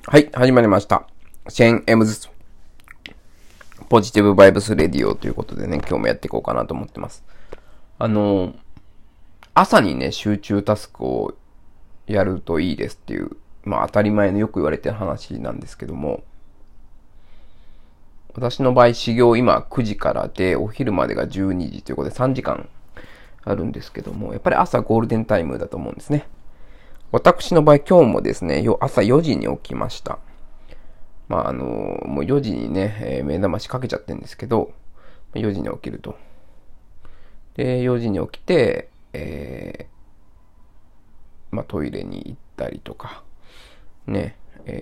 はい、始まりました。シェーン・エムズポジティブバイブスレディオということでね、今日もやっていこうかなと思ってます。朝にね、集中タスクをやるといいですっていう、当たり前のよく言われてる話なんですけども、私の場合、始業今9時からで、お昼までが12時ということで3時間あるんですけども、やっぱり朝ゴールデンタイムだと思うんですね。私の場合、今日もですね、朝4時に起きました。もう4時にね、目覚ましかけちゃってるんですけど、4時に起きると。で、4時に起きて、トイレに行ったりとか、ね、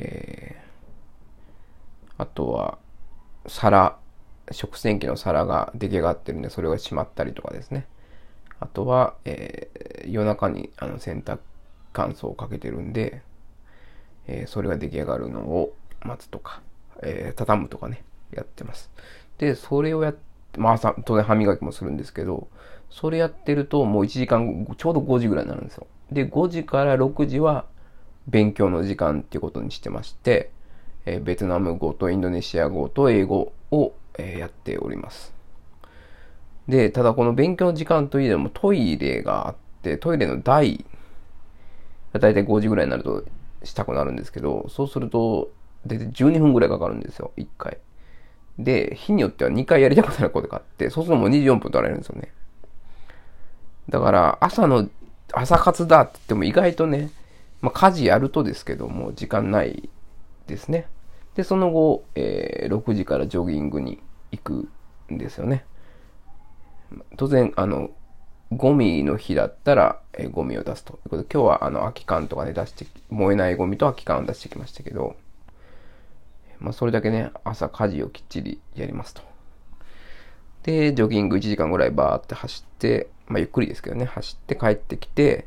あとは、食洗機の皿が出来上がってるんで、それをしまったりとかですね。あとは、夜中に洗濯乾燥をかけてるんで、それが出来上がるのを待つとか、畳むとかね、やってます。で、それをやって、朝、当然歯磨きもするんですけど、それやってるともう1時間、ちょうど5時ぐらいになるんですよ。で、5時から6時は勉強の時間っていうことにしてまして、ベトナム語とインドネシア語と英語を、やっております。で、ただこの勉強の時間といえどもトイレがあって、トイレの台がだいたい5時ぐらいになるとしたくなるんですけど、そうすると、だいたい12分ぐらいかかるんですよ、1回。で、日によっては2回やりたくなることがあって、そうするともう24分取られるんですよね。だから、朝活だって言っても意外とね、家事やるとですけども、時間ないですね。で、その後、6時からジョギングに行くんですよね。当然、ゴミの日だったら、ゴミを出すということで、今日は空き缶とかね、燃えないゴミと空き缶を出してきましたけど、それだけね、朝家事をきっちりやりますと。で、ジョギング1時間ぐらいバーって走って、ゆっくりですけどね、走って帰ってきて、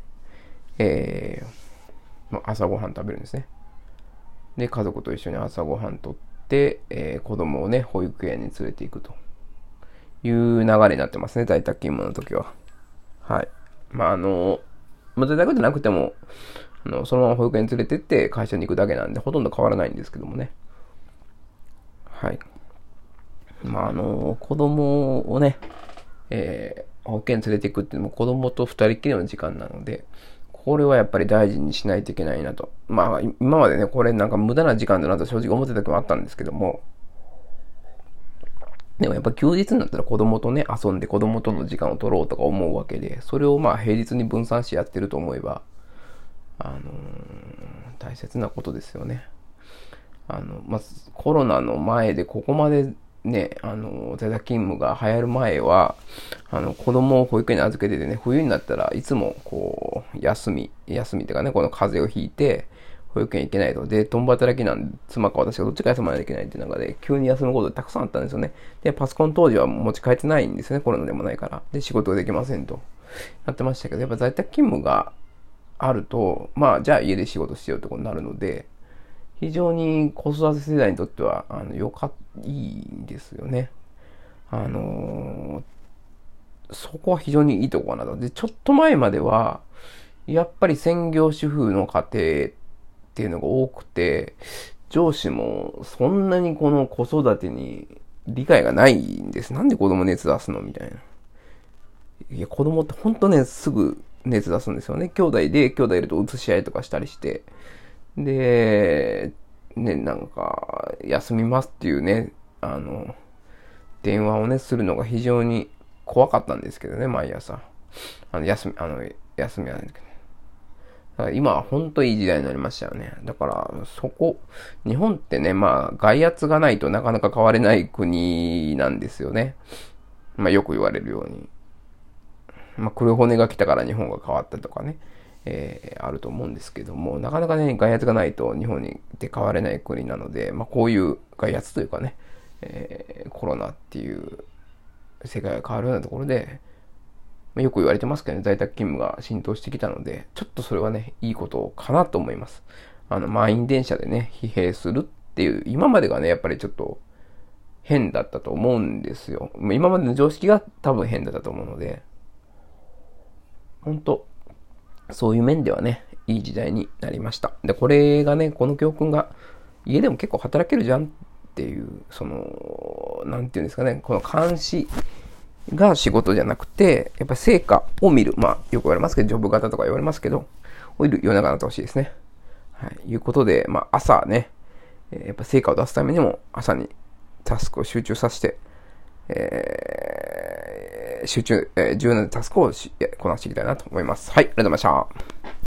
朝ごはん食べるんですね。で、家族と一緒に朝ごはんとって、子供をね、保育園に連れて行くという流れになってますね、在宅勤務の時は。はい。在宅じゃなくても、そのまま保育園に連れてって会社に行くだけなんで、ほとんど変わらないんですけどもね。はい。子供をね、保育園連れて行くっていうのも子供と二人きりの時間なので、これはやっぱり大事にしないといけないなと。今までね、これなんか無駄な時間だなと正直思ってた時もあったんですけども、でもやっぱ休日になったら子供とね、遊んで子供との時間を取ろうとか思うわけで、それを平日に分散してやってると思えば、大切なことですよね。コロナの前でここまでね、在宅勤務が流行る前は、子供を保育園に預けててね、冬になったらいつもこう、休みっていうかね、この風邪をひいて、保育園行けないと。で、共働きなんで、妻か私がどっちか休まないといけないっていう中で、急に休むことたくさんあったんですよね。で、パソコン当時は持ち帰ってないんですよね、コロナでもないから。で、仕事ができませんと。やってましたけど、やっぱ在宅勤務があると、じゃあ家で仕事しようってことになるので、非常に子育て世代にとっては、いいんですよね。そこは非常にいいとこかなと。で、ちょっと前までは、やっぱり専業主婦の家庭っていうのが多くて、上司もそんなにこの子育てに理解がないんです。なんで子供熱出すのみたいな。いや、子供ってほんとね、すぐ熱出すんですよね。兄弟いると移し合いとかしたりして。で、ね、なんか、休みますっていうね、電話をね、するのが非常に怖かったんですけどね、毎朝。休みはないけど。だから今は本当いい時代になりましたよね。だから、日本ってね、外圧がないとなかなか変われない国なんですよね。よく言われるように。黒骨が来たから日本が変わったとかね、あると思うんですけども、なかなかね、外圧がないと日本にって変われない国なので、こういう外圧というかね、コロナっていう世界が変わるようなところで、よく言われてますけどね、在宅勤務が浸透してきたので、ちょっとそれはね、いいことかなと思います。満員電車でね、疲弊するっていう、今までがね、やっぱりちょっと変だったと思うんですよ。今までの常識が多分変だったと思うので、本当そういう面ではね、いい時代になりました。で、この教訓が、 家でも結構働けるじゃんっていう、なんていうんですかね、この監視が仕事じゃなくて、やっぱり成果を見る。まあ、よく言われますけど、ジョブ型とか言われますけど、をいる世の中になってほしいですね。はい。いうことで、まあ、朝ね、やっぱ成果を出すためにも、朝にタスクを集中させて、重要なタスクをこなしていきたいなと思います。はい、ありがとうございました。